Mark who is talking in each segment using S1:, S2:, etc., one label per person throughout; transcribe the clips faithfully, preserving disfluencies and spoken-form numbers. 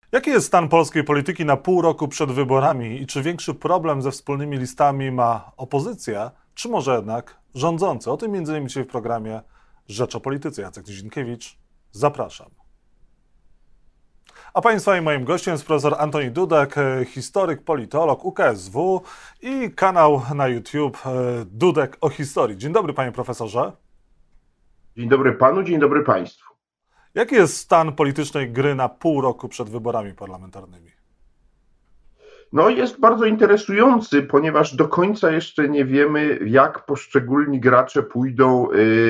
S1: Jaki jest stan polskiej polityki na pół roku przed wyborami i czy większy problem ze wspólnymi listami ma opozycja, czy może jednak rządzący? O tym między innymi dzisiaj w programie Rzecz o Polityce. Jacek Nizinkiewicz, zapraszam. A Państwa i moim gościem jest profesor Antoni Dudek, historyk, politolog U K S W i kanał na YouTube Dudek o historii. Dzień dobry, panie profesorze.
S2: Dzień dobry panu, dzień dobry państwu.
S1: Jaki jest stan politycznej gry na pół roku przed wyborami parlamentarnymi?
S2: No jest bardzo interesujący, ponieważ do końca jeszcze nie wiemy, jak poszczególni gracze pójdą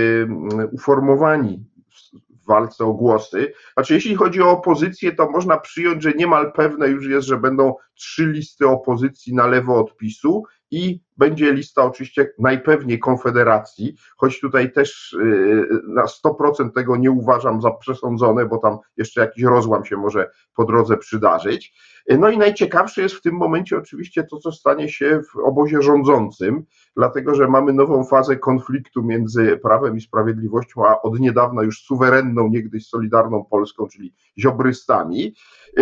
S2: yy, uformowani w walce o głosy. Znaczy, jeśli chodzi o opozycję, to można przyjąć, że niemal pewne już jest, że będą trzy listy opozycji na lewo od PiSu i będzie lista oczywiście najpewniej Konfederacji, choć tutaj też na sto procent tego nie uważam za przesądzone, bo tam jeszcze jakiś rozłam się może po drodze przydarzyć. No i najciekawsze jest w tym momencie oczywiście to, co stanie się w obozie rządzącym, dlatego że mamy nową fazę konfliktu między Prawem i Sprawiedliwością, a od niedawna już suwerenną, niegdyś Solidarną Polską, czyli ziobrystami.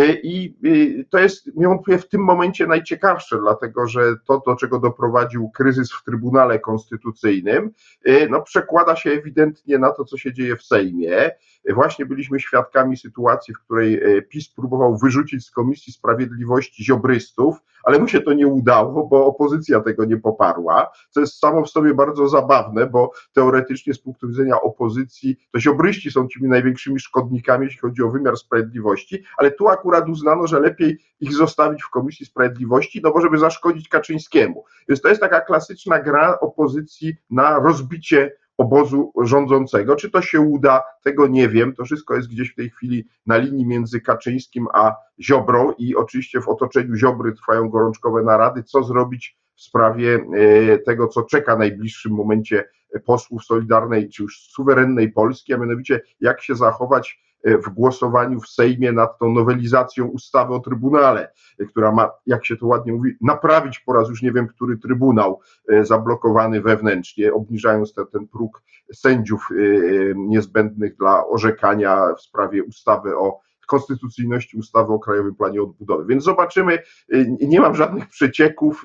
S2: I to jest niewątpliwie w tym momencie najciekawsze, dlatego że to, do czego doprowadził kryzys w Trybunale Konstytucyjnym, no przekłada się ewidentnie na to, co się dzieje w Sejmie. Właśnie byliśmy świadkami sytuacji, w której PiS próbował wyrzucić z Komisji Sprawiedliwości ziobrystów, ale mu się to nie udało, bo opozycja tego nie poparła, co jest samo w sobie bardzo zabawne, bo teoretycznie z punktu widzenia opozycji to ziobryści są tymi największymi szkodnikami, jeśli chodzi o wymiar sprawiedliwości, ale tu akurat uznano, że lepiej ich zostawić w Komisji Sprawiedliwości, no bo żeby zaszkodzić Kaczyńskiemu. Więc to jest taka klasyczna gra opozycji na rozbicie obozu rządzącego. Czy to się uda, tego nie wiem. To wszystko jest gdzieś w tej chwili na linii między Kaczyńskim a Ziobrą i oczywiście w otoczeniu Ziobry trwają gorączkowe narady, co zrobić w sprawie tego, co czeka w najbliższym momencie posłów Solidarnej czy już suwerennej Polski, a mianowicie jak się zachować w głosowaniu w Sejmie nad tą nowelizacją ustawy o Trybunale, która ma, jak się to ładnie mówi, naprawić po raz już nie wiem, który trybunał zablokowany wewnętrznie, obniżając ten, ten próg sędziów niezbędnych dla orzekania w sprawie ustawy o konstytucyjności ustawy o Krajowym Planie Odbudowy. Więc zobaczymy, nie mam żadnych przecieków,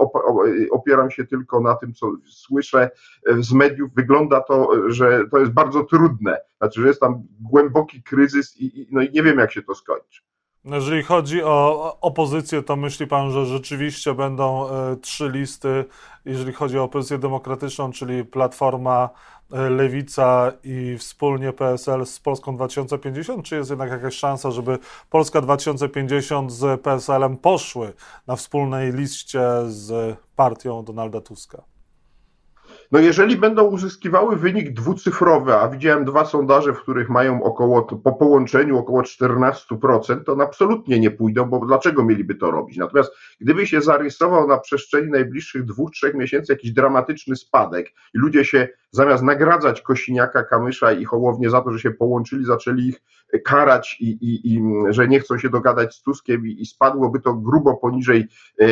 S2: opieram się tylko na tym, co słyszę z mediów. Wygląda to, że to jest bardzo trudne, znaczy, że jest tam głęboki kryzys i, no i nie wiem, jak się to skończy.
S1: Jeżeli chodzi o opozycję, to myśli pan, że rzeczywiście będą trzy listy, jeżeli chodzi o opozycję demokratyczną, czyli Platforma, Lewica i wspólnie P S L z Polską dwa tysiące pięćdziesiąt, czy jest jednak jakaś szansa, żeby Polska dwa tysiące pięćdziesiąt z P S L-em poszły na wspólnej liście z partią Donalda Tuska?
S2: No jeżeli będą uzyskiwały wynik dwucyfrowy, a widziałem dwa sondaże, w których mają około, po połączeniu około czternaście procent, to absolutnie nie pójdą, bo dlaczego mieliby to robić? Natomiast gdyby się zarysował na przestrzeni najbliższych dwóch, trzech miesięcy jakiś dramatyczny spadek i ludzie się zamiast nagradzać Kosiniaka, Kamysza i Hołownię za to, że się połączyli, zaczęli ich karać i, i, i że nie chcą się dogadać z Tuskiem i, i spadłoby to grubo poniżej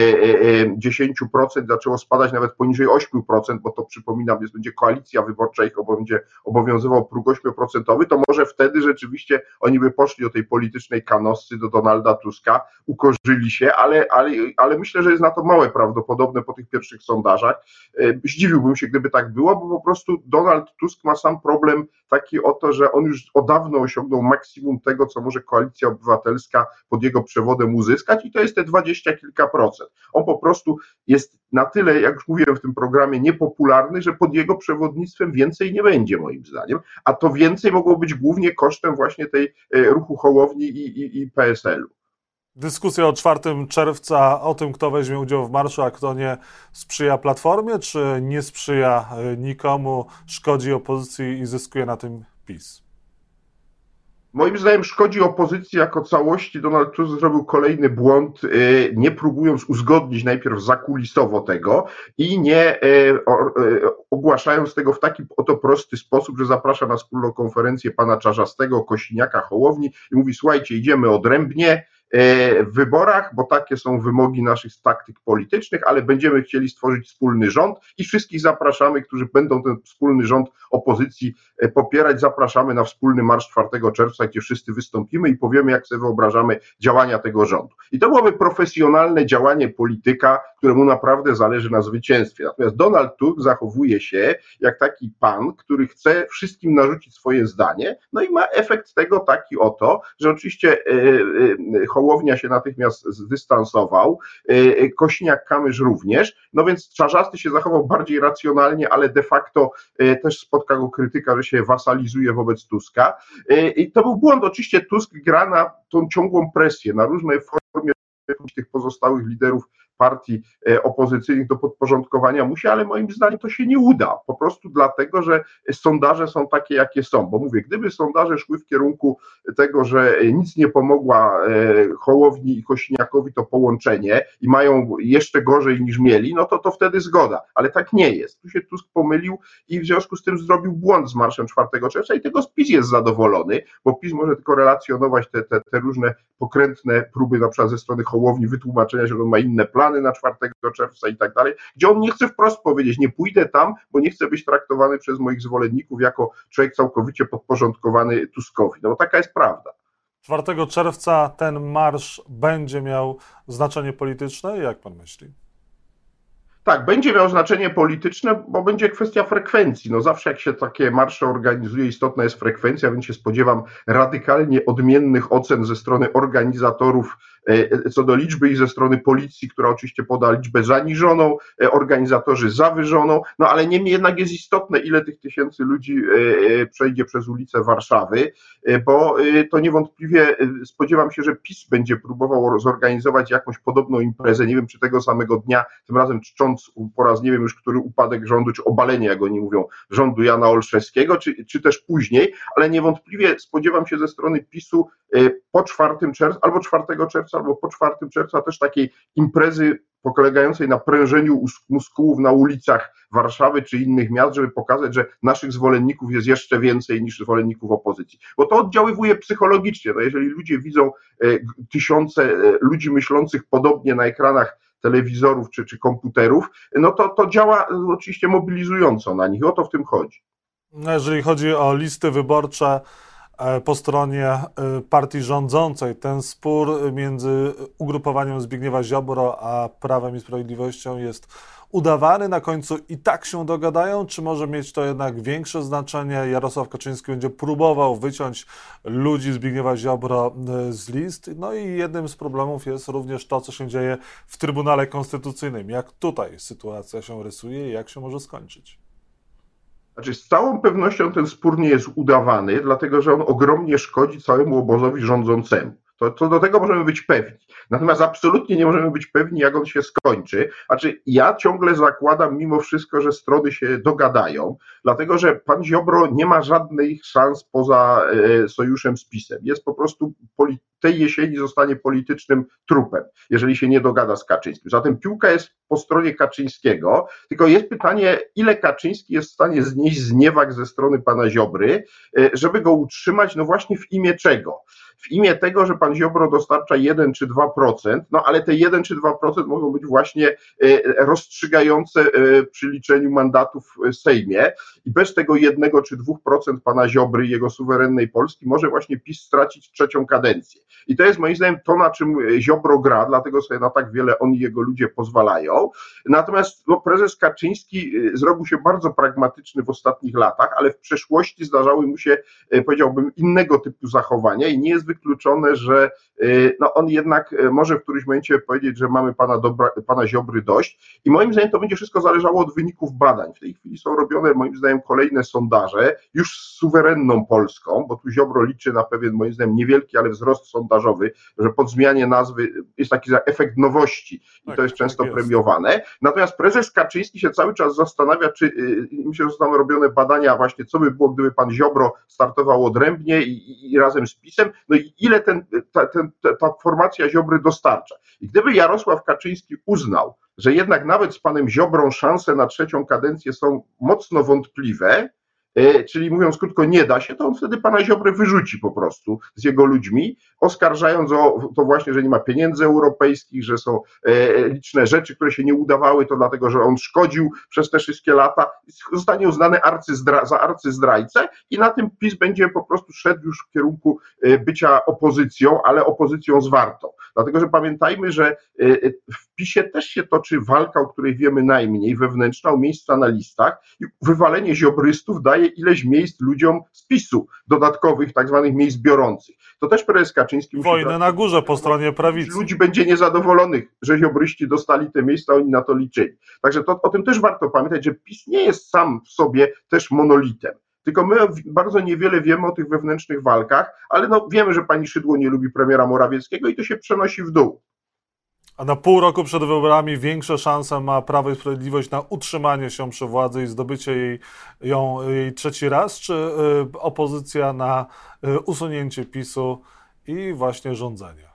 S2: dziesięć procent, zaczęło spadać nawet poniżej osiem procent, bo to przypominam, jest będzie koalicja wyborcza, ich będzie obowiązywał próg osiem procent, to może wtedy rzeczywiście oni by poszli do tej politycznej kanosy, do Donalda Tuska, ukorzyli się, ale, ale, ale myślę, że jest na to małe prawdopodobne po tych pierwszych sondażach. Zdziwiłbym się, gdyby tak było, bo po prostu Donald Tusk ma sam problem taki o to, że on już od dawna osiągnął maksimum tego, co może Koalicja Obywatelska pod jego przewodem uzyskać i to jest te dwadzieścia kilka procent. On po prostu jest na tyle, jak już mówiłem w tym programie, niepopularny, że pod jego przewodnictwem więcej nie będzie moim zdaniem, a to więcej mogło być głównie kosztem właśnie tej ruchu Hołowni i, i, i P S L-u.
S1: Dyskusja o czwartego czerwca o tym, kto weźmie udział w marszu, a kto nie, sprzyja Platformie, czy nie sprzyja nikomu, szkodzi opozycji i zyskuje na tym PiS?
S2: Moim zdaniem szkodzi opozycji jako całości. Donald Tusk zrobił kolejny błąd, nie próbując uzgodnić najpierw zakulisowo tego i nie ogłaszając tego w taki oto prosty sposób, że zaprasza na wspólną konferencję pana Czarzastego, Kosiniaka, Hołowni i mówi: słuchajcie, idziemy odrębnie, w wyborach, bo takie są wymogi naszych taktyk politycznych, ale będziemy chcieli stworzyć wspólny rząd i wszystkich zapraszamy, którzy będą ten wspólny rząd opozycji popierać, zapraszamy na wspólny marsz czwartego czerwca, gdzie wszyscy wystąpimy i powiemy, jak sobie wyobrażamy działania tego rządu. I to byłoby profesjonalne działanie polityka, któremu naprawdę zależy na zwycięstwie. Natomiast Donald Tusk zachowuje się jak taki pan, który chce wszystkim narzucić swoje zdanie, no i ma efekt tego taki oto, że oczywiście Hołownia się natychmiast zdystansował, Kosiniak-Kamysz również, no więc Czarzasty się zachował bardziej racjonalnie, ale de facto też spotka go krytyka, że się wasalizuje wobec Tuska. I to był błąd. Oczywiście Tusk gra na tą ciągłą presję, na różnej formie tych pozostałych liderów partii opozycyjnych do podporządkowania musi, ale moim zdaniem to się nie uda. Po prostu dlatego, że sondaże są takie, jakie są. Bo mówię, gdyby sondaże szły w kierunku tego, że nic nie pomogła Hołowni i Kosiniakowi to połączenie i mają jeszcze gorzej niż mieli, no to to wtedy zgoda. Ale tak nie jest. Tu się Tusk pomylił i w związku z tym zrobił błąd z marszem czwartego czerwca i tego PiS jest zadowolony, bo PiS może tylko relacjonować te, te, te różne pokrętne próby na przykład ze strony Hołowni wytłumaczenia, że on ma inne plany na czwartego czerwca i tak dalej, gdzie on nie chce wprost powiedzieć, nie pójdę tam, bo nie chcę być traktowany przez moich zwolenników jako człowiek całkowicie podporządkowany Tuskowi. No bo taka jest prawda.
S1: czwartego czerwca ten marsz będzie miał znaczenie polityczne? Jak pan myśli?
S2: Tak, będzie miał znaczenie polityczne, bo będzie kwestia frekwencji. No zawsze jak się takie marsze organizuje, istotna jest frekwencja, więc się spodziewam radykalnie odmiennych ocen ze strony organizatorów co do liczby i ze strony policji, która oczywiście poda liczbę zaniżoną, organizatorzy zawyżoną, no ale niemniej jednak jest istotne, ile tych tysięcy ludzi przejdzie przez ulice Warszawy, bo to niewątpliwie spodziewam się, że PiS będzie próbował zorganizować jakąś podobną imprezę, nie wiem czy tego samego dnia, tym razem czcząc po raz nie wiem już który upadek rządu, czy obalenie, jak oni mówią, rządu Jana Olszewskiego, czy, czy też później, ale niewątpliwie spodziewam się ze strony PiSu po czwartego czerwca, albo czwartego czerwca, albo po czwartego czerwca też takiej imprezy polegającej na prężeniu muskułów na ulicach Warszawy czy innych miast, żeby pokazać, że naszych zwolenników jest jeszcze więcej niż zwolenników opozycji. Bo to oddziaływuje psychologicznie. No jeżeli ludzie widzą tysiące ludzi myślących podobnie na ekranach telewizorów czy, czy komputerów, no to to działa oczywiście mobilizująco na nich. O to w tym chodzi.
S1: Jeżeli chodzi o listy wyborcze po stronie partii rządzącej, ten spór między ugrupowaniem Zbigniewa Ziobro a Prawem i Sprawiedliwością jest udawany, na końcu i tak się dogadają, czy może mieć to jednak większe znaczenie? Jarosław Kaczyński będzie próbował wyciąć ludzi Zbigniewa Ziobro z list. No i jednym z problemów jest również to, co się dzieje w Trybunale Konstytucyjnym. Jak tutaj sytuacja się rysuje i jak się może skończyć?
S2: Znaczy, z całą pewnością ten spór nie jest udawany, dlatego że on ogromnie szkodzi całemu obozowi rządzącemu. To, to do tego możemy być pewni. Natomiast absolutnie nie możemy być pewni, jak on się skończy. Znaczy, ja ciągle zakładam mimo wszystko, że strony się dogadają, dlatego że pan Ziobro nie ma żadnych szans poza e, sojuszem z PiS-em. Jest po prostu poli- tej jesieni zostanie politycznym trupem, jeżeli się nie dogada z Kaczyńskim. Zatem piłka jest po stronie Kaczyńskiego, tylko jest pytanie, ile Kaczyński jest w stanie znieść zniewag ze strony pana Ziobry, e, żeby go utrzymać, no właśnie w imię czego? W imię tego, że pan Ziobro dostarcza jeden czy dwa procent, no ale te jeden czy dwa procent mogą być właśnie rozstrzygające przy liczeniu mandatów w Sejmie i bez tego jednego czy dwóch procent pana Ziobry i jego suwerennej Polski może właśnie PiS stracić trzecią kadencję. I to jest moim zdaniem to, na czym Ziobro gra, dlatego sobie na tak wiele on i jego ludzie pozwalają. Natomiast no, prezes Kaczyński zrobił się bardzo pragmatyczny w ostatnich latach, ale w przeszłości zdarzały mu się, powiedziałbym, innego typu zachowania i nie jest wykluczone, że no on jednak może w którymś momencie powiedzieć, że mamy pana, dobra, pana Ziobry dość i moim zdaniem to będzie wszystko zależało od wyników badań. W tej chwili są robione moim zdaniem kolejne sondaże, już z suwerenną Polską, bo tu Ziobro liczy na pewien moim zdaniem niewielki, ale wzrost sondażowy, że po zmianie nazwy jest taki efekt nowości i tak, to jest często tak jest. premiowane. Natomiast prezes Kaczyński się cały czas zastanawia, czy myślę, że zostaną robione badania właśnie, co by było, gdyby pan Ziobro startował odrębnie i, i, i razem z PiS-em, no i ile ten, ta, ten, ta formacja Ziobry dostarcza. I gdyby Jarosław Kaczyński uznał, że jednak nawet z panem Ziobrą szanse na trzecią kadencję są mocno wątpliwe, czyli mówiąc krótko, nie da się, to on wtedy pana Ziobrę wyrzuci po prostu z jego ludźmi, oskarżając o to właśnie, że nie ma pieniędzy europejskich, że są liczne rzeczy, które się nie udawały, to dlatego, że on szkodził przez te wszystkie lata, zostanie uznany arcyzdra- za arcyzdrajcę i na tym PiS będzie po prostu szedł już w kierunku bycia opozycją, ale opozycją zwartą. Dlatego, że pamiętajmy, że w PiSie też się toczy walka, o której wiemy najmniej, wewnętrzna, o miejsca na listach i wywalenie ziobrystów daje ileś miejsc ludziom z PiSu, dodatkowych tak zwanych miejsc biorących. To też prezes Kaczyński musi...
S1: Wojnę na górze po stronie prawicy.
S2: Ludzi będzie niezadowolonych, że ziobryści dostali te miejsca, oni na to liczyli. Także to, o tym też warto pamiętać, że PiS nie jest sam w sobie też monolitem. Tylko my bardzo niewiele wiemy o tych wewnętrznych walkach, ale no wiemy, że pani Szydło nie lubi premiera Morawieckiego i to się przenosi w dół.
S1: A na pół roku przed wyborami większe szanse ma Prawo i Sprawiedliwość na utrzymanie się przy władzy i zdobycie jej, ją, jej trzeci raz, czy y, opozycja na y, usunięcie PiSu i właśnie rządzenie?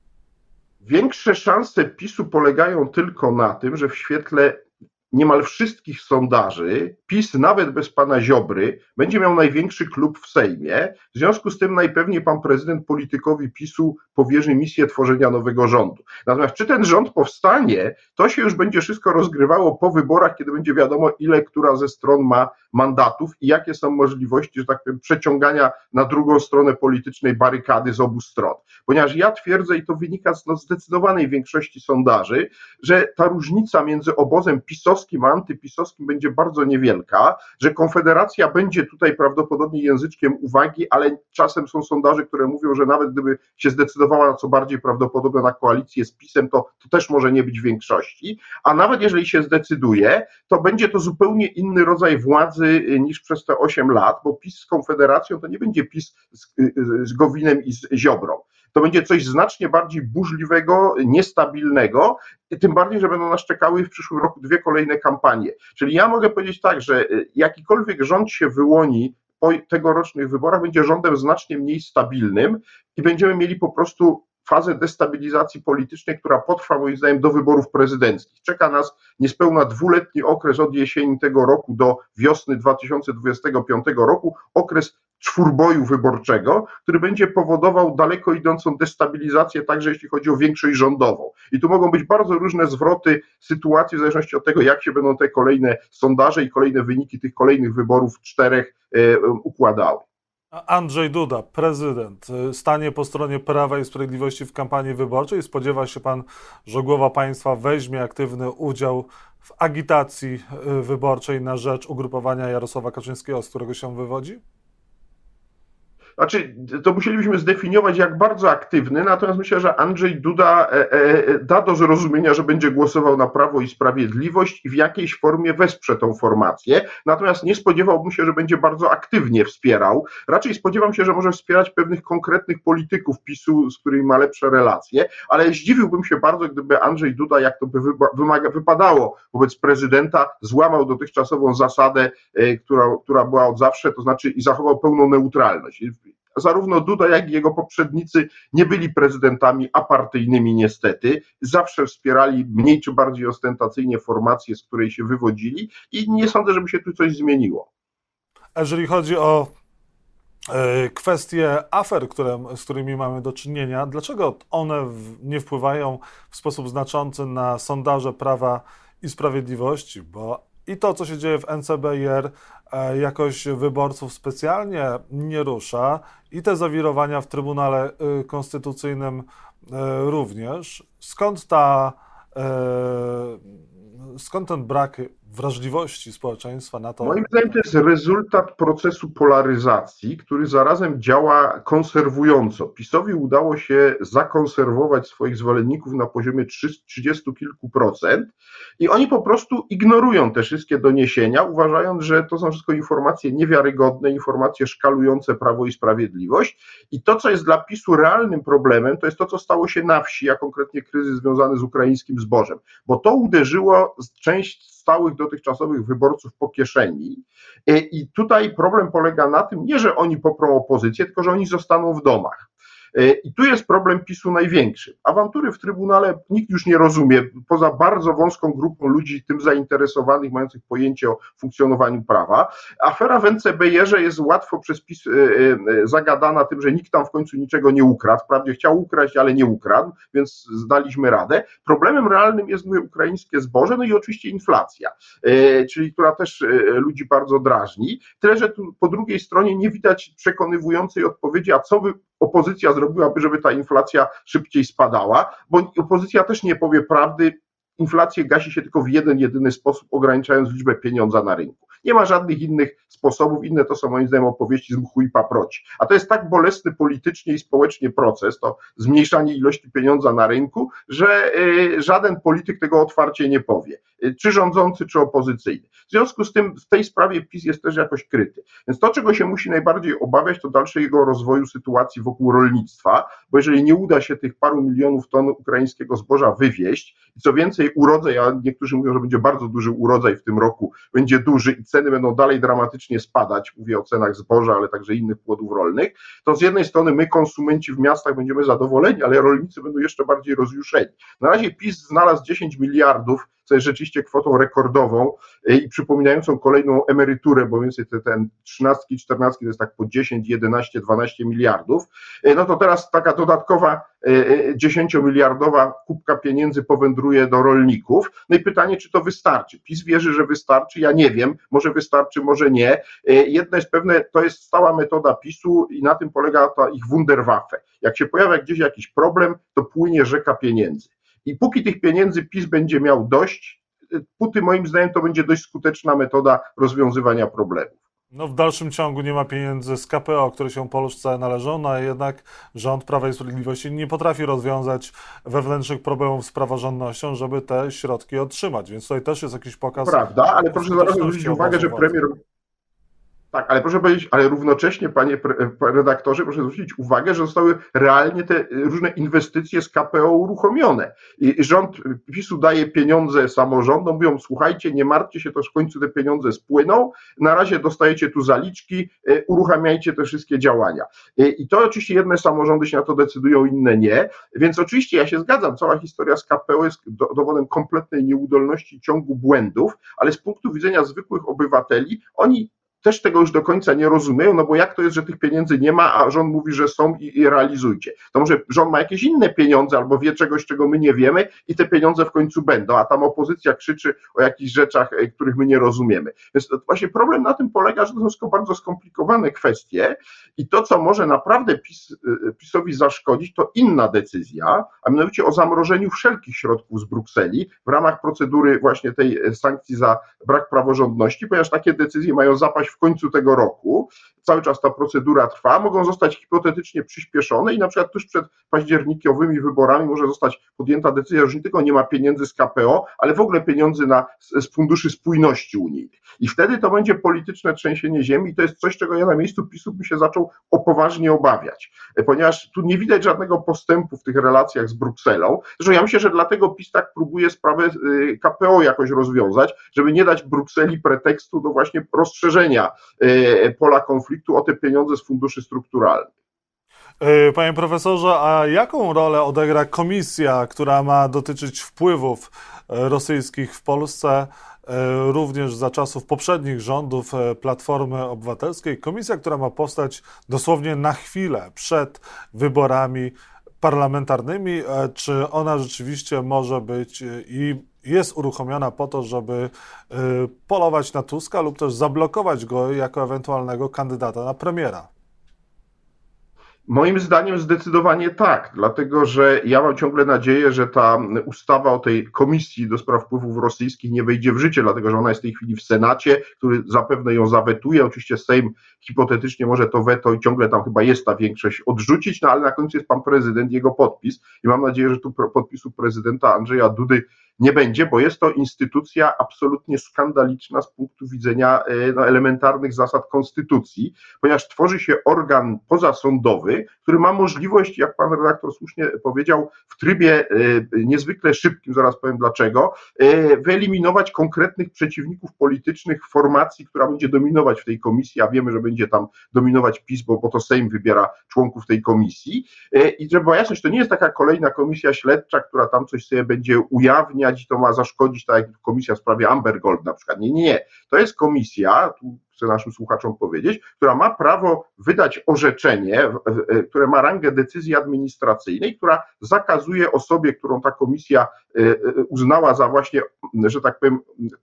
S2: Większe szanse PiSu polegają tylko na tym, że w świetle niemal wszystkich sondaży PiS, nawet bez pana Ziobry, będzie miał największy klub w Sejmie. W związku z tym najpewniej pan prezydent politykowi PiSu powierzy misję tworzenia nowego rządu. Natomiast czy ten rząd powstanie, to się już będzie wszystko rozgrywało po wyborach, kiedy będzie wiadomo, ile która ze stron ma mandatów i jakie są możliwości, że tak powiem, przeciągania na drugą stronę politycznej barykady z obu stron. Ponieważ ja twierdzę, i to wynika z no, zdecydowanej większości sondaży, że ta różnica między obozem pisowskim a antypisowskim będzie bardzo niewielka, że Konfederacja będzie tutaj prawdopodobnie języczkiem uwagi, ale czasem są sondaże, które mówią, że nawet gdyby się zdecydowała na co bardziej prawdopodobne na koalicję z PiSem, to, to też może nie być większości, a nawet jeżeli się zdecyduje, to będzie to zupełnie inny rodzaj władzy niż przez te osiem lat, bo PiS z Konfederacją to nie będzie PiS z, z Gowinem i z Ziobrą. To będzie coś znacznie bardziej burzliwego, niestabilnego, tym bardziej, że będą nas czekały w przyszłym roku dwie kolejne kampanie. Czyli ja mogę powiedzieć tak, że jakikolwiek rząd się wyłoni po tegorocznych wyborach, będzie rządem znacznie mniej stabilnym i będziemy mieli po prostu fazę destabilizacji politycznej, która potrwa moim zdaniem do wyborów prezydenckich. Czeka nas niespełna dwuletni okres od jesieni tego roku do wiosny dwa tysiące dwudziestego piątego roku, okres czwórboju wyborczego, który będzie powodował daleko idącą destabilizację, także jeśli chodzi o większość rządową. I tu mogą być bardzo różne zwroty sytuacji w zależności od tego, jak się będą te kolejne sondaże i kolejne wyniki tych kolejnych wyborów czterech e, układały.
S1: Andrzej Duda, prezydent, stanie po stronie Prawa i Sprawiedliwości w kampanii wyborczej. Spodziewa się pan, że głowa państwa weźmie aktywny udział w agitacji wyborczej na rzecz ugrupowania Jarosława Kaczyńskiego, z którego się wywodzi?
S2: Znaczy, to musielibyśmy zdefiniować, jak bardzo aktywny, natomiast myślę, że Andrzej Duda da do zrozumienia, że będzie głosował na Prawo i Sprawiedliwość i w jakiejś formie wesprze tą formację, natomiast nie spodziewałbym się, że będzie bardzo aktywnie wspierał. Raczej spodziewam się, że może wspierać pewnych konkretnych polityków PiSu, z którymi ma lepsze relacje, ale zdziwiłbym się bardzo, gdyby Andrzej Duda, jak to by wymaga, wypadało wobec prezydenta, złamał dotychczasową zasadę, która, która była od zawsze, to znaczy i zachował pełną neutralność. Zarówno Duda, jak i jego poprzednicy nie byli prezydentami apartyjnymi niestety, zawsze wspierali mniej czy bardziej ostentacyjnie formację, z której się wywodzili i nie sądzę, żeby się tu coś zmieniło.
S1: A jeżeli chodzi o e, kwestie afer, które, z którymi mamy do czynienia, dlaczego one w, nie wpływają w sposób znaczący na sondaże Prawa i Sprawiedliwości? Bo i to, co się dzieje w N C B I R, jakoś wyborców specjalnie nie rusza i te zawirowania w Trybunale Konstytucyjnym również. Skąd ta, skąd ten brak wrażliwości społeczeństwa na to?
S2: Moim zdaniem to jest rezultat procesu polaryzacji, który zarazem działa konserwująco. PiS-owi udało się zakonserwować swoich zwolenników na poziomie trzydziestu kilku procent i oni po prostu ignorują te wszystkie doniesienia, uważając, że to są wszystko informacje niewiarygodne, informacje szkalujące Prawo i Sprawiedliwość i to, co jest dla PiS-u realnym problemem, to jest to, co stało się na wsi, a konkretnie kryzys związany z ukraińskim zbożem, bo to uderzyło część stałych dotychczasowych wyborców po kieszeni i tutaj problem polega na tym, nie że oni poprą opozycję, tylko że oni zostaną w domach. I tu jest problem PiSu największy. Awantury w Trybunale nikt już nie rozumie, poza bardzo wąską grupą ludzi tym zainteresowanych, mających pojęcie o funkcjonowaniu prawa. Afera w N C B R jest łatwo przez PiS zagadana tym, że nikt tam w końcu niczego nie ukradł. Wprawdzie chciał ukraść, ale nie ukradł, więc zdaliśmy radę. Problemem realnym jest, mówię, ukraińskie zboże, no i oczywiście inflacja, czyli która też ludzi bardzo drażni. Tyle, że tu po drugiej stronie nie widać przekonywującej odpowiedzi, a co by opozycja zrobiłaby, żeby ta inflacja szybciej spadała, bo opozycja też nie powie prawdy. Inflację gasi się tylko w jeden, jedyny sposób, ograniczając liczbę pieniądza na rynku. Nie ma żadnych innych sposobów, inne to są moim zdaniem opowieści z mchu i paproci. A to jest tak bolesny politycznie i społecznie proces, to zmniejszanie ilości pieniądza na rynku, że żaden polityk tego otwarcie nie powie, czy rządzący, czy opozycyjny. W związku z tym w tej sprawie PiS jest też jakoś kryty. Więc to, czego się musi najbardziej obawiać, to dalszego rozwoju sytuacji wokół rolnictwa, bo jeżeli nie uda się tych paru milionów ton ukraińskiego zboża wywieźć, i co więcej urodzaj, a niektórzy mówią, że będzie bardzo duży urodzaj w tym roku, będzie duży i ceny będą dalej dramatycznie spadać, mówię o cenach zboża, ale także innych płodów rolnych, to z jednej strony my, konsumenci w miastach, będziemy zadowoleni, ale rolnicy będą jeszcze bardziej rozjuszeni. Na razie PiS znalazł dziesięć miliardów, co jest rzeczywiście kwotą rekordową i przypominającą kolejną emeryturę, bo więcej te, ten trzynastki, czternastki to jest tak po dziesięć, jedenaście, dwanaście miliardów, no to teraz taka dodatkowa dziesięciomiliardowa kubka pieniędzy powędruje do rolników. No i pytanie, czy to wystarczy? PiS wierzy, że wystarczy, ja nie wiem, może wystarczy, może nie. Jedno jest pewne, to jest stała metoda PiSu i na tym polega ta ich Wunderwaffe. Jak się pojawia gdzieś jakiś problem, to płynie rzeka pieniędzy. I póki tych pieniędzy PiS będzie miał dość, póty moim zdaniem to będzie dość skuteczna metoda rozwiązywania problemów.
S1: No w dalszym ciągu nie ma pieniędzy z K P O, które się Polsce należą, no a jednak rząd Prawa i Sprawiedliwości nie potrafi rozwiązać wewnętrznych problemów z praworządnością, żeby te środki otrzymać, więc tutaj też jest jakiś pokaz...
S2: Prawda, ale proszę zaraz zwrócić uwagę, że premier... Tak, ale proszę powiedzieć, ale równocześnie, panie redaktorze, proszę zwrócić uwagę, że zostały realnie te różne inwestycje z K P O uruchomione. I rząd PiSu daje pieniądze samorządom, mówią, słuchajcie, nie martwcie się, to w końcu te pieniądze spłyną, na razie dostajecie tu zaliczki, uruchamiajcie te wszystkie działania. I to oczywiście jedne samorządy się na to decydują, inne nie, więc oczywiście ja się zgadzam, cała historia z K P O jest dowodem kompletnej nieudolności ciągu błędów, ale z punktu widzenia zwykłych obywateli, oni też tego już do końca nie rozumieją, no bo jak to jest, że tych pieniędzy nie ma, a rząd mówi, że są i, i realizujcie. To może rząd ma jakieś inne pieniądze albo wie czegoś, czego my nie wiemy i te pieniądze w końcu będą, a tam opozycja krzyczy o jakichś rzeczach, których my nie rozumiemy. Więc to właśnie problem na tym polega, że to są wszystko bardzo skomplikowane kwestie i to, co może naprawdę PiS, PiSowi zaszkodzić, to inna decyzja, a mianowicie o zamrożeniu wszelkich środków z Brukseli w ramach procedury właśnie tej sankcji za brak praworządności, ponieważ takie decyzje mają zapaść w końcu tego roku, cały czas ta procedura trwa, mogą zostać hipotetycznie przyspieszone i na przykład tuż przed październikowymi wyborami może zostać podjęta decyzja, że nie tylko nie ma pieniędzy z K P O, ale w ogóle pieniędzy na, z funduszy spójności unijnych. I wtedy to będzie polityczne trzęsienie ziemi i to jest coś, czego ja na miejscu PiSu bym się zaczął o poważnie obawiać, ponieważ tu nie widać żadnego postępu w tych relacjach z Brukselą. Zresztą ja myślę, że dlatego PiS tak próbuje sprawę K P O jakoś rozwiązać, żeby nie dać Brukseli pretekstu do właśnie rozszerzenia pola konfliktu o te pieniądze z funduszy strukturalnych.
S1: Panie profesorze, a jaką rolę odegra komisja, która ma dotyczyć wpływów rosyjskich w Polsce, również za czasów poprzednich rządów Platformy Obywatelskiej? Komisja, która ma powstać dosłownie na chwilę przed wyborami parlamentarnymi. Czy ona rzeczywiście może być i jest uruchomiona po to, żeby polować na Tuska lub też zablokować go jako ewentualnego kandydata na premiera?
S2: Moim zdaniem zdecydowanie tak, dlatego że ja mam ciągle nadzieję, że ta ustawa o tej komisji do spraw wpływów rosyjskich nie wejdzie w życie, dlatego że ona jest w tej chwili w Senacie, który zapewne ją zawetuje. Oczywiście Sejm hipotetycznie może to weto i ciągle tam chyba jest ta większość odrzucić, no ale na końcu jest pan prezydent, jego podpis i mam nadzieję, że tu podpisu prezydenta Andrzeja Dudy nie będzie, bo jest to instytucja absolutnie skandaliczna z punktu widzenia no, elementarnych zasad konstytucji, ponieważ tworzy się organ pozasądowy, państwowy, który ma możliwość, jak pan redaktor słusznie powiedział, w trybie niezwykle szybkim, zaraz powiem dlaczego, wyeliminować konkretnych przeciwników politycznych formacji, która będzie dominować w tej komisji, a wiemy, że będzie tam dominować PiS, bo, bo to Sejm wybiera członków tej komisji. I żeby była jasność, to nie jest taka kolejna komisja śledcza, która tam coś sobie będzie ujawniać i to ma zaszkodzić, tak jak komisja w sprawie Amber Gold na przykład. Nie, nie, nie. To jest komisja, tu chcę naszym słuchaczom powiedzieć, która ma prawo wydać orzeczenie, które ma rangę decyzji administracyjnej, która zakazuje osobie, którą ta komisja uznała za właśnie, że tak powiem,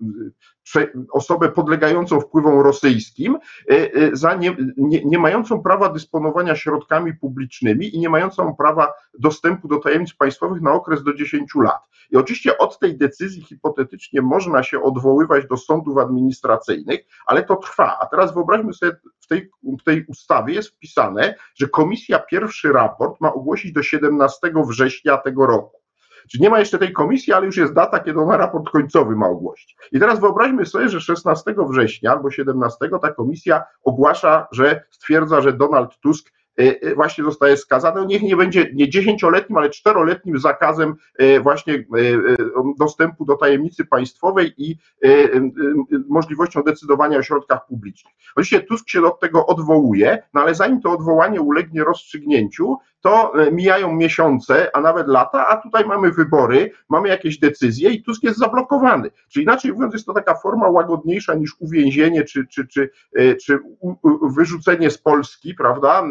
S2: osobę podlegającą wpływom rosyjskim, za nie, nie, nie mającą prawa dysponowania środkami publicznymi i nie mającą prawa dostępu do tajemnic państwowych na okres do dziesięciu lat. I oczywiście od tej decyzji hipotetycznie można się odwoływać do sądów administracyjnych, ale to trwa. A teraz wyobraźmy sobie, w tej, w tej ustawie jest wpisane, że komisja pierwszy raport ma ogłosić do siedemnastego września tego roku. Czyli nie ma jeszcze tej komisji, ale już jest data, kiedy ona raport końcowy ma ogłosić. I teraz wyobraźmy sobie, że szesnastego września albo siedemnastego ta komisja ogłasza, że stwierdza, że Donald Tusk właśnie zostaje skazany, niech nie będzie nie dziesięcioletnim, ale czteroletnim zakazem właśnie dostępu do tajemnicy państwowej i możliwością decydowania o środkach publicznych. Oczywiście Tusk się od tego odwołuje, no ale zanim to odwołanie ulegnie rozstrzygnięciu, to mijają miesiące, a nawet lata, a tutaj mamy wybory, mamy jakieś decyzje i Tusk jest zablokowany. Czyli inaczej mówiąc, jest to taka forma łagodniejsza niż uwięzienie czy, czy, czy, czy wyrzucenie z Polski, prawda,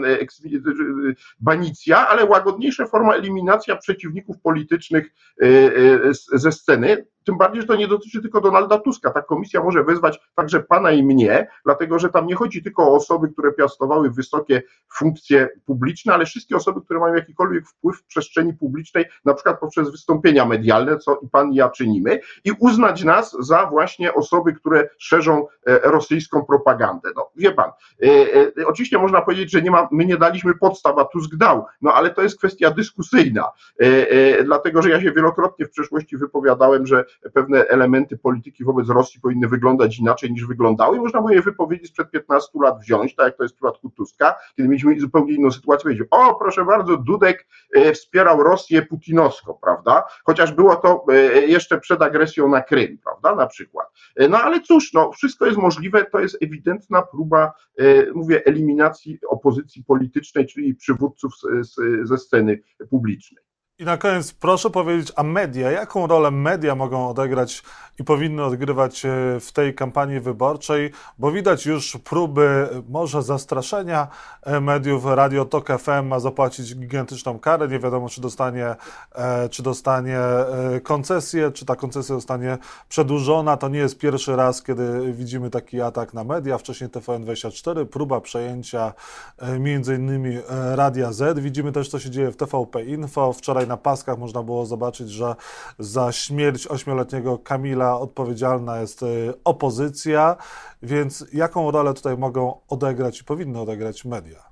S2: banicja, ale łagodniejsza forma eliminacja przeciwników politycznych ze sceny. Tym bardziej, że to nie dotyczy tylko Donalda Tuska. Ta komisja może wezwać także pana i mnie, dlatego że tam nie chodzi tylko o osoby, które piastowały wysokie funkcje publiczne, ale wszystkie osoby, które mają jakikolwiek wpływ w przestrzeni publicznej, na przykład poprzez wystąpienia medialne, co i pan i ja czynimy, i uznać nas za właśnie osoby, które szerzą rosyjską propagandę. No, wie pan, e, e, oczywiście można powiedzieć, że nie ma, my nie daliśmy podstaw, a Tusk dał, no ale to jest kwestia dyskusyjna, e, e, dlatego że ja się wielokrotnie w przeszłości wypowiadałem, że pewne elementy polityki wobec Rosji powinny wyglądać inaczej niż wyglądały i można było je wypowiedzi sprzed piętnastu lat wziąć, tak jak to jest w przypadku Tuska, kiedy mieliśmy zupełnie inną sytuację, powiedzieć, o proszę bardzo, Dudek wspierał Rosję putinowską, prawda, chociaż było to jeszcze przed agresją na Krym, prawda, na przykład. No ale cóż, no wszystko jest możliwe, to jest ewidentna próba, mówię, eliminacji opozycji politycznej, czyli przywódców ze sceny publicznej.
S1: I na koniec proszę powiedzieć, a media, jaką rolę media mogą odegrać i powinny odgrywać w tej kampanii wyborczej, bo widać już próby może zastraszenia mediów. Radio Tok F M ma zapłacić gigantyczną karę, nie wiadomo czy dostanie, czy dostanie koncesję, czy ta koncesja zostanie przedłużona. To nie jest pierwszy raz, kiedy widzimy taki atak na media, wcześniej T V N dwadzieścia cztery, próba przejęcia między innymi Radia Z. Widzimy też, co się dzieje w T V P Info. Wczoraj na paskach można było zobaczyć, że za śmierć ośmioletniego Kamila odpowiedzialna jest opozycja, więc jaką rolę tutaj mogą odegrać i powinny odegrać media?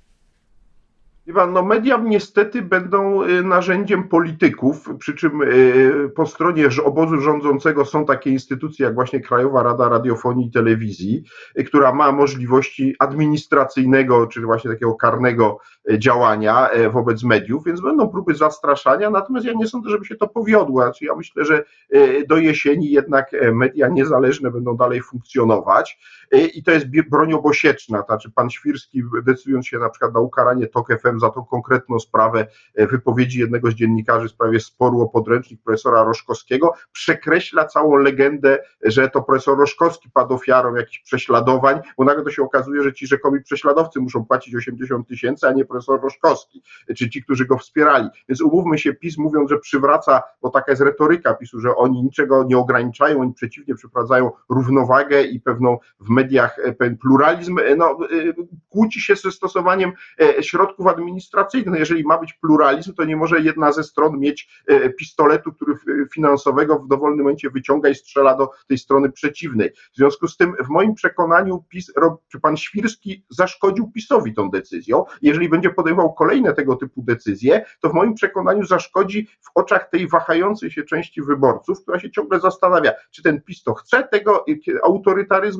S2: No media niestety będą narzędziem polityków, przy czym po stronie obozu rządzącego są takie instytucje jak właśnie Krajowa Rada Radiofonii i Telewizji, która ma możliwości administracyjnego czy właśnie takiego karnego działania wobec mediów, więc będą próby zastraszania, natomiast ja nie sądzę, żeby się to powiodło. Znaczy ja myślę, że do jesieni jednak media niezależne będą dalej funkcjonować i to jest broń obosieczna, to znaczy pan Świrski, decydując się na przykład na ukaranie Tok F M za tą konkretną sprawę wypowiedzi jednego z dziennikarzy w sprawie sporu o podręcznik profesora Roszkowskiego, przekreśla całą legendę, że to profesor Roszkowski padł ofiarą jakichś prześladowań, bo nagle to się okazuje, że ci rzekomi prześladowcy muszą płacić osiemdziesiąt tysięcy, a nie profesor Roszkowski, czy ci, którzy go wspierali. Więc umówmy się, PiS mówiąc, że przywraca, bo taka jest retoryka PiSu, że oni niczego nie ograniczają, oni przeciwnie przeprowadzają równowagę i pewną w mediach pewien pluralizm, no, kłóci się ze stosowaniem środków administracyjnych. No, jeżeli ma być pluralizm, to nie może jedna ze stron mieć pistoletu, który finansowego w dowolnym momencie wyciąga i strzela do tej strony przeciwnej. W związku z tym w moim przekonaniu PiS, czy pan Świrski zaszkodził PiSowi tą decyzją. Jeżeli będzie podejmował kolejne tego typu decyzje, to w moim przekonaniu zaszkodzi w oczach tej wahającej się części wyborców, która się ciągle zastanawia, czy ten PiS to chce tego autorytaryzmu w Polsce,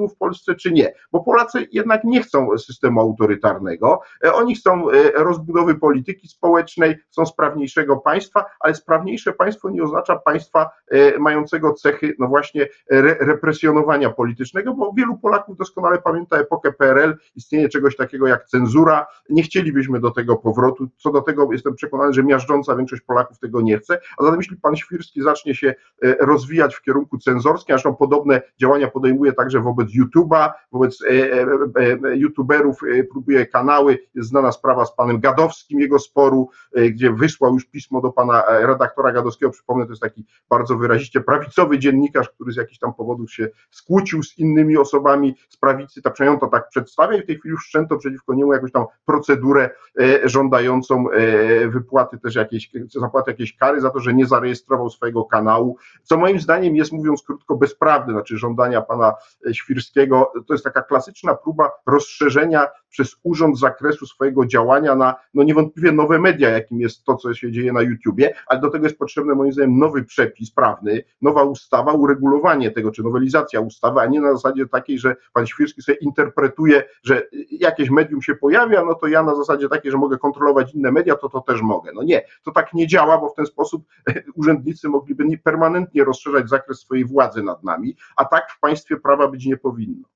S2: Polsce, czy nie? Bo Polacy jednak nie chcą systemu autorytarnego, oni chcą rozbudowy polityki społecznej, chcą sprawniejszego państwa, ale sprawniejsze państwo nie oznacza państwa mającego cechy, no właśnie, re- represjonowania politycznego, bo wielu Polaków doskonale pamięta epokę P R L, istnienie czegoś takiego jak cenzura, nie chcielibyśmy do tego powrotu, co do tego jestem przekonany, że miażdżąca większość Polaków tego nie chce, a zatem jeśli pan Świrski zacznie się rozwijać w kierunku cenzorskim, zresztą podobne działania podejmuje także wobec YouTube'a, wobec youtuberów, próbuje kanały, jest znana sprawa z panem Gadowskim, jego sporu, gdzie wysłał już pismo do pana redaktora Gadowskiego, przypomnę, to jest taki bardzo wyraziście prawicowy dziennikarz, który z jakichś tam powodów się skłócił z innymi osobami z prawicy, ta przynajmniej to tak przedstawia i w tej chwili już wszczęto przeciwko niemu jakąś tam procedurę żądającą wypłaty też jakiejś, zapłaty jakiejś kary za to, że nie zarejestrował swojego kanału, co moim zdaniem jest, mówiąc krótko, bezprawne, znaczy żądania pana Świrskiego, to jest taka klasyczna próba rozszerzenia przez urząd zakresu swojego działania na no niewątpliwie nowe media, jakim jest to, co się dzieje na YouTubie, ale do tego jest potrzebny moim zdaniem nowy przepis prawny, nowa ustawa, uregulowanie tego, czy nowelizacja ustawy, a nie na zasadzie takiej, że pan Świrski sobie interpretuje, że jakieś medium się pojawia, no to ja na zasadzie takiej, że mogę kontrolować inne media, to to też mogę. No nie, to tak nie działa, bo w ten sposób urzędnicy mogliby permanentnie rozszerzać zakres swojej władzy nad nami, a tak w państwie prawa być nie powinno.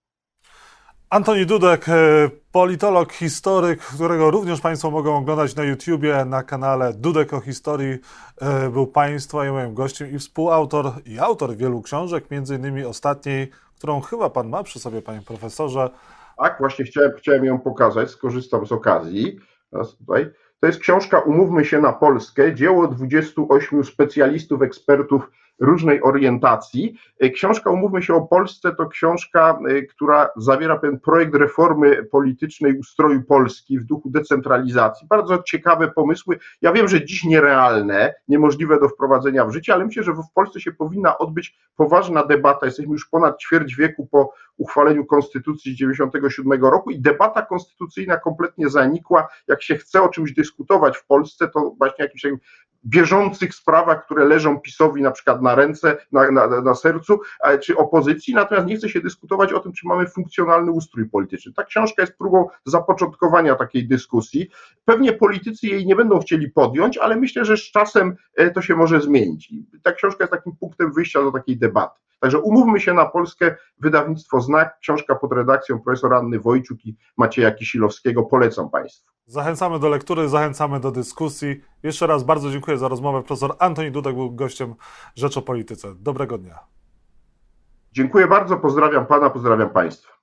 S1: Antoni Dudek, politolog, historyk, którego również Państwo mogą oglądać na YouTubie, na kanale Dudek o historii, był Państwa i moim gościem i współautor i autor wielu książek, między innymi ostatniej, którą chyba Pan ma przy sobie, Panie Profesorze.
S2: Tak, właśnie chciałem, chciałem ją pokazać, skorzystam z okazji. Teraz tutaj. To jest książka Umówmy się na Polskę, dzieło dwudziestu ośmiu specjalistów, ekspertów różnej orientacji. Książka Umówmy się o Polsce to książka, która zawiera pewien projekt reformy politycznej ustroju Polski w duchu decentralizacji. Bardzo ciekawe pomysły. Ja wiem, że dziś nierealne, niemożliwe do wprowadzenia w życie, ale myślę, że w Polsce się powinna odbyć poważna debata. Jesteśmy już ponad ćwierć wieku po uchwaleniu Konstytucji z dziewięćdziesiątego siódmego roku i debata konstytucyjna kompletnie zanikła. Jak się chce o czymś dyskutować w Polsce, to właśnie jakichś bieżących sprawach, które leżą PiS-owi na przykład na ręce, na, na, na sercu, czy opozycji, natomiast nie chce się dyskutować o tym, czy mamy funkcjonalny ustrój polityczny. Ta książka jest próbą zapoczątkowania takiej dyskusji. Pewnie politycy jej nie będą chcieli podjąć, ale myślę, że z czasem to się może zmienić. Ta książka jest takim punktem wyjścia do takiej debaty. Także Umówmy się na Polskę, wydawnictwo Znak, książka pod redakcją profesora Anny Wojciuk i Macieja Kisilowskiego. Polecam Państwu.
S1: Zachęcamy do lektury, zachęcamy do dyskusji. Jeszcze raz bardzo dziękuję za rozmowę. Profesor Antoni Dudek był gościem Rzecz o Polityce. Dobrego dnia.
S2: Dziękuję bardzo, pozdrawiam Pana, pozdrawiam Państwa.